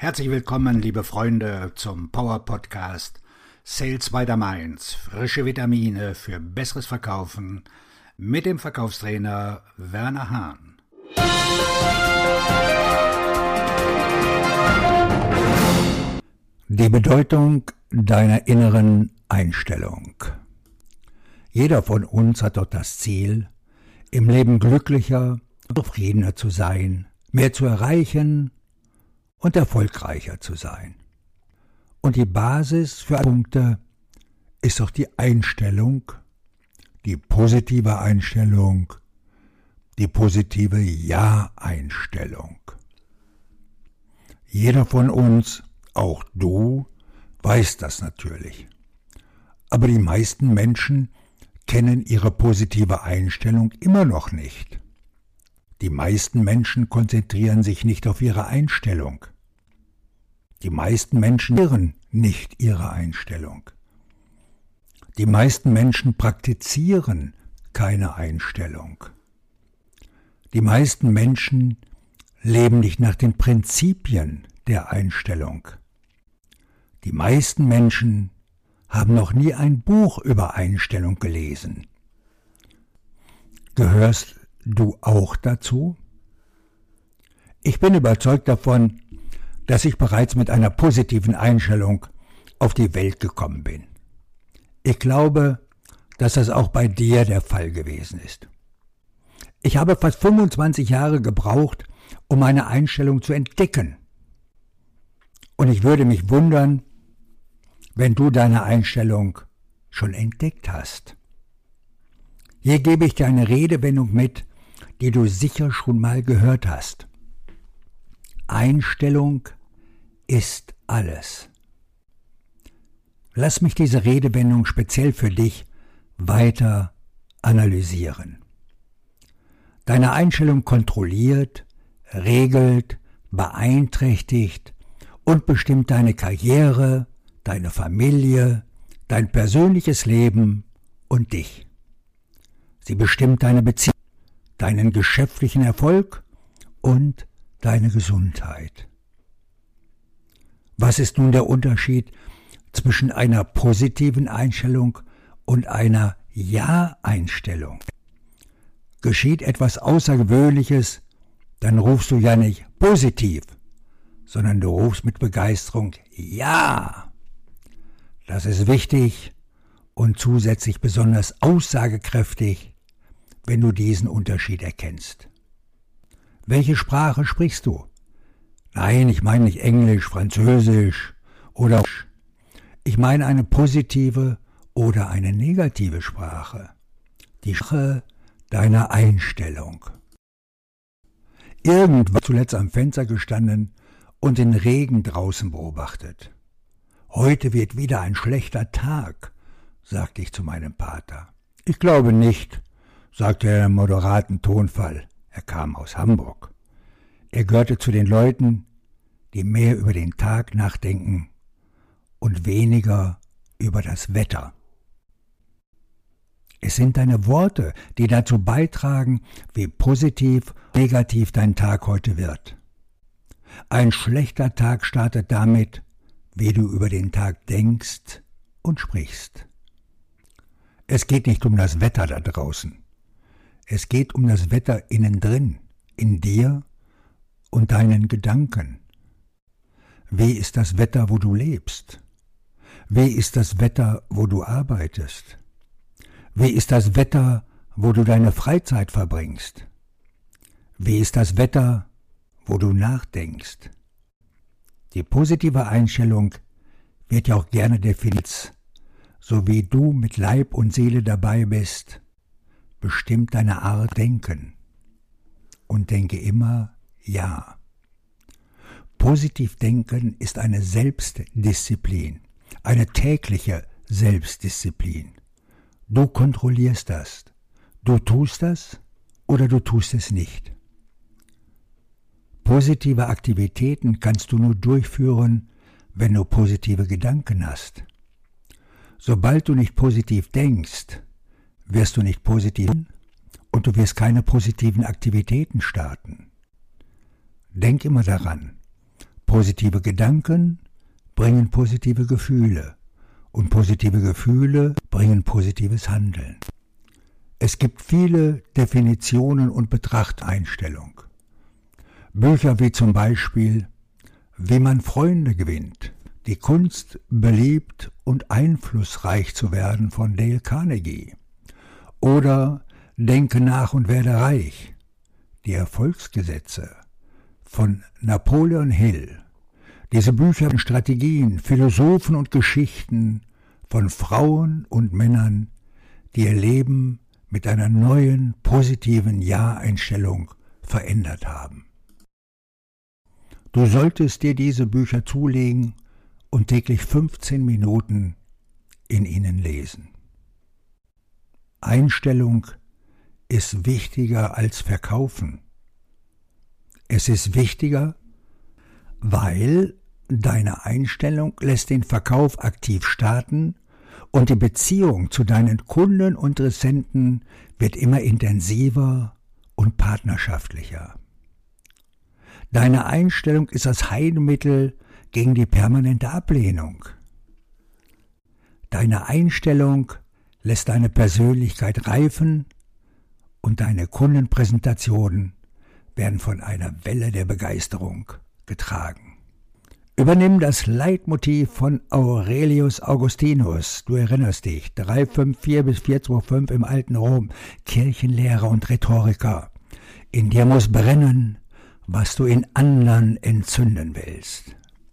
Herzlich willkommen, liebe Freunde, zum Power Podcast Sales by the Mainz. Frische Vitamine für besseres Verkaufen mit dem Verkaufstrainer Werner Hahn. Die Bedeutung deiner inneren Einstellung. Jeder von uns hat doch das Ziel, im Leben glücklicher, zufriedener zu sein, mehr zu erreichen und erfolgreicher zu sein. Und die Basis für alle Punkte ist doch die Einstellung, die positive Einstellung, die positive Ja-Einstellung. Jeder von uns, auch du, weiß das natürlich. Aber die meisten Menschen kennen ihre positive Einstellung immer noch nicht. Die meisten Menschen konzentrieren sich nicht auf ihre Einstellung. Die meisten Menschen hören nicht ihre Einstellung. Die meisten Menschen praktizieren keine Einstellung. Die meisten Menschen leben nicht nach den Prinzipien der Einstellung. Die meisten Menschen haben noch nie ein Buch über Einstellung gelesen. Gehörst du auch dazu? Ich bin überzeugt davon, dass ich bereits mit einer positiven Einstellung auf die Welt gekommen bin. Ich glaube, dass das auch bei dir der Fall gewesen ist. Ich habe fast 25 Jahre gebraucht, um meine Einstellung zu entdecken. Und ich würde mich wundern, wenn du deine Einstellung schon entdeckt hast. Hier gebe ich dir eine Redewendung mit, die du sicher schon mal gehört hast. Einstellung ist alles. Lass mich diese Redewendung speziell für dich weiter analysieren. Deine Einstellung kontrolliert, regelt, beeinträchtigt und bestimmt deine Karriere, deine Familie, dein persönliches Leben und dich. Sie bestimmt deine Beziehung, deinen geschäftlichen Erfolg und deine Gesundheit. Was ist nun der Unterschied zwischen einer positiven Einstellung und einer Ja-Einstellung? Geschieht etwas Außergewöhnliches, dann rufst du ja nicht positiv, sondern du rufst mit Begeisterung Ja. Das ist wichtig und zusätzlich besonders aussagekräftig, wenn du diesen Unterschied erkennst. Welche Sprache sprichst du? Nein, ich meine nicht Englisch, Französisch oder ich meine eine positive oder eine negative Sprache. Die Sprache deiner Einstellung. Irgendwann zuletzt am Fenster gestanden und den Regen draußen beobachtet. Heute wird wieder ein schlechter Tag, sagte ich zu meinem Pater. Ich glaube nicht, sagte er im moderaten Tonfall. Er kam aus Hamburg. Er gehörte zu den Leuten, die mehr über den Tag nachdenken und weniger über das Wetter. Es sind deine Worte, die dazu beitragen, wie positiv, negativ dein Tag heute wird. Ein schlechter Tag startet damit, wie du über den Tag denkst und sprichst. Es geht nicht um das Wetter da draußen. Es geht um das Wetter innen drin, in dir und deinen Gedanken. Wie ist das Wetter, wo du lebst? Wie ist das Wetter, wo du arbeitest? Wie ist das Wetter, wo du deine Freizeit verbringst? Wie ist das Wetter, wo du nachdenkst? Die positive Einstellung wird ja auch gerne definiert. So wie du mit Leib und Seele dabei bist, bestimmt deine Art denken. Und denke immer Ja. Positiv denken ist eine Selbstdisziplin, eine tägliche Selbstdisziplin. Du kontrollierst das. Du tust das oder du tust es nicht. Positive Aktivitäten kannst du nur durchführen, wenn du positive Gedanken hast. Sobald du nicht positiv denkst, wirst du nicht positiv und du wirst keine positiven Aktivitäten starten. Denk immer daran, positive Gedanken bringen positive Gefühle und positive Gefühle bringen positives Handeln. Es gibt viele Definitionen und Betrachteinstellung. Bücher wie zum Beispiel Wie man Freunde gewinnt, die Kunst, beliebt und einflussreich zu werden von Dale Carnegie oder Denke nach und werde reich, die Erfolgsgesetze von Napoleon Hill. Diese Bücher sind Strategien, Philosophen und Geschichten von Frauen und Männern, die ihr Leben mit einer neuen, positiven Ja-Einstellung verändert haben. Du solltest dir diese Bücher zulegen und täglich 15 Minuten in ihnen lesen. Einstellung ist wichtiger als Verkaufen. Es ist wichtiger, weil deine Einstellung lässt den Verkauf aktiv starten und die Beziehung zu deinen Kunden und Interessenten wird immer intensiver und partnerschaftlicher. Deine Einstellung ist das Heilmittel gegen die permanente Ablehnung. Deine Einstellung lässt deine Persönlichkeit reifen und deine Kundenpräsentationen werden von einer Welle der Begeisterung getragen. Übernimm das Leitmotiv von Aurelius Augustinus, du erinnerst dich, 354 bis 425 im alten Rom, Kirchenlehrer und Rhetoriker. In dir muss brennen, was du in anderen entzünden willst.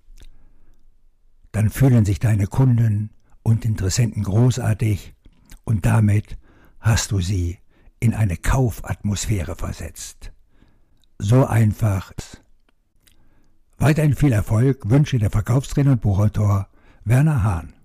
Dann fühlen sich deine Kunden und Interessenten großartig und damit hast du sie in eine Kaufatmosphäre versetzt. So einfach. Weiterhin viel Erfolg wünsche der Verkaufstrainer und Buchautor Werner Hahn.